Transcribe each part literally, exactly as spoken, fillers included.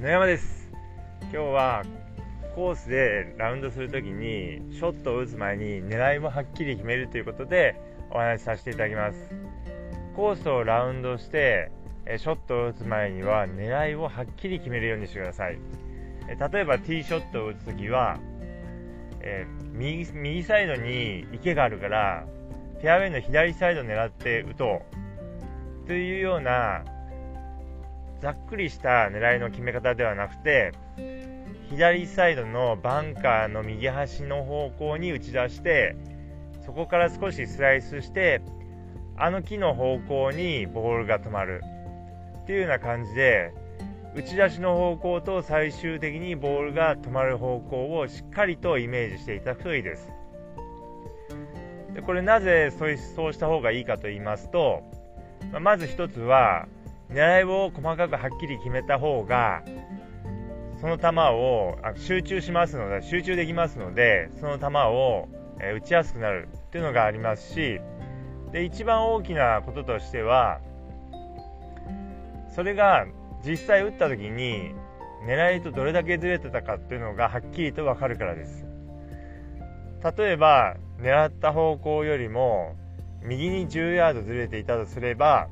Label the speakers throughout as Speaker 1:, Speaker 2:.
Speaker 1: 野山です。今日はコースでラウンドするときにショットを打つ前に狙いもはっきり決めるということでお話しさせていただきます。コースをラウンドしてショットを打つ前には狙いをはっきり決めるようにしてください。例えばティーショットを打つときは、えー、右, 右サイドに池があるからフェアウェイの左サイドを狙って打とうというようなざっくりした狙いの決め方ではなくて、左サイドのバンカーの右端の方向に打ち出して、そこから少しスライスしてあの木の方向にボールが止まるっていうような感じで、打ち出しの方向と最終的にボールが止まる方向をしっかりとイメージしていただくといいです。でこれなぜそうそうした方がいいかと言いますと、まず一つは狙いを細かくはっきり決めた方がその球を集中しますので集中できますので、その球を打ちやすくなるっていうのがありますし、で一番大きなこととしては、それが実際打った時に狙いとどれだけずれてたかっていうのがはっきりと分かるからです。例えば狙った方向よりも右にじゅうヤードずれていたとすれば、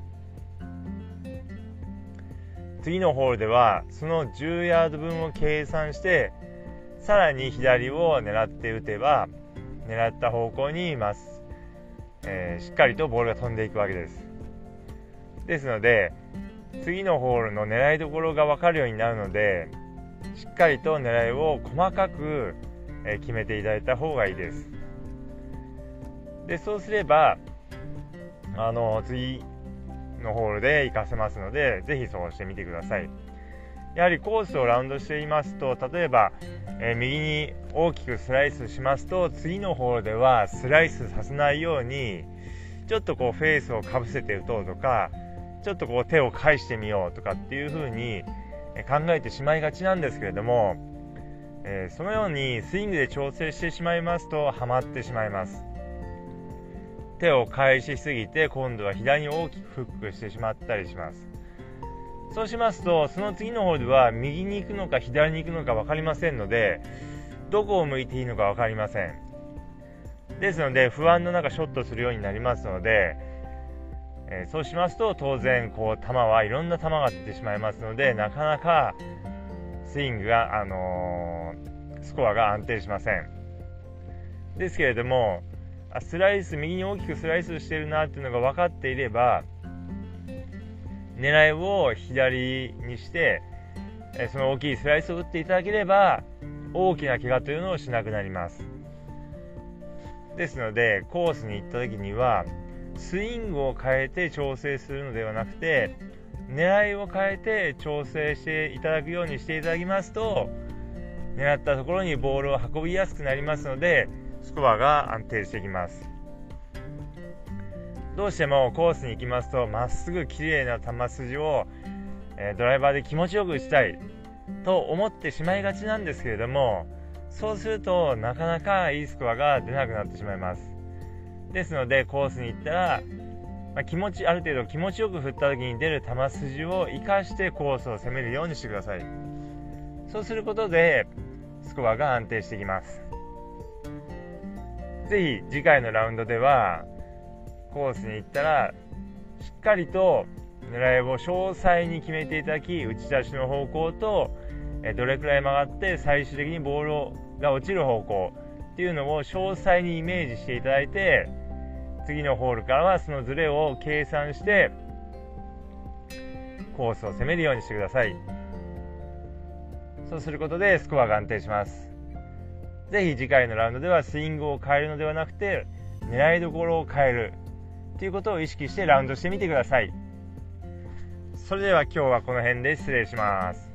Speaker 1: 次のホールではそのじゅうヤード分を計算してさらに左を狙って打てば狙った方向にいます、えー、しっかりとボールが飛んでいくわけです。ですので次のホールの狙いどころが分かるようになるので、しっかりと狙いを細かく決めていただいた方がいいです。でそうすればあの次のホールで活かせますので、ぜひそうしてみてください。やはりコースをラウンドしていますと、例えば、えー、右に大きくスライスしますと、次のホールではスライスさせないようにちょっとこうフェースをかぶせて打とうとか、ちょっとこう手を返してみようとかっていう風に考えてしまいがちなんですけれども、えー、そのようにスイングで調整してしまいますとハマってしまいます。手を返しすぎて今度は左に大きくフックしてしまったりします。そうしますとその次のホールは右に行くのか左に行くのか分かりませんので、どこを向いていいのか分かりません。ですので不安の中ショットするようになりますので、えー、そうしますと当然こう球はいろんな球が出てしまいますので、なかなかスイングが、あのー、スコアが安定しません。ですけれどもスライス右に大きくスライスしてるなっていうのが分かっていれば、狙いを左にしてその大きいスライスを打っていただければ大きな怪我というのをしなくなります。ですのでコースに行った時にはスイングを変えて調整するのではなくて、狙いを変えて調整していただくようにしていただきますと、狙ったところにボールを運びやすくなりますのでスコアが安定してきます。どうしてもコースに行きますとまっすぐ綺麗な球筋を、えー、ドライバーで気持ちよく打ちたいと思ってしまいがちなんですけれども、そうするとなかなかいいスコアが出なくなってしまいます。ですのでコースに行ったら、まあ、気持ちある程度気持ちよく振った時に出る球筋を生かしてコースを攻めるようにしてください。そうすることでスコアが安定してきます。ぜひ次回のラウンドではコースに行ったらしっかりと狙いを詳細に決めていただき、打ち出しの方向とどれくらい曲がって最終的にボールが落ちる方向っていうのを詳細にイメージしていただいて、次のホールからはそのズレを計算してコースを攻めるようにしてください。そうすることでスコアが安定します。ぜひ次回のラウンドではスイングを変えるのではなくて狙いどころを変えるということを意識してラウンドしてみてください。それでは今日はこの辺で失礼します。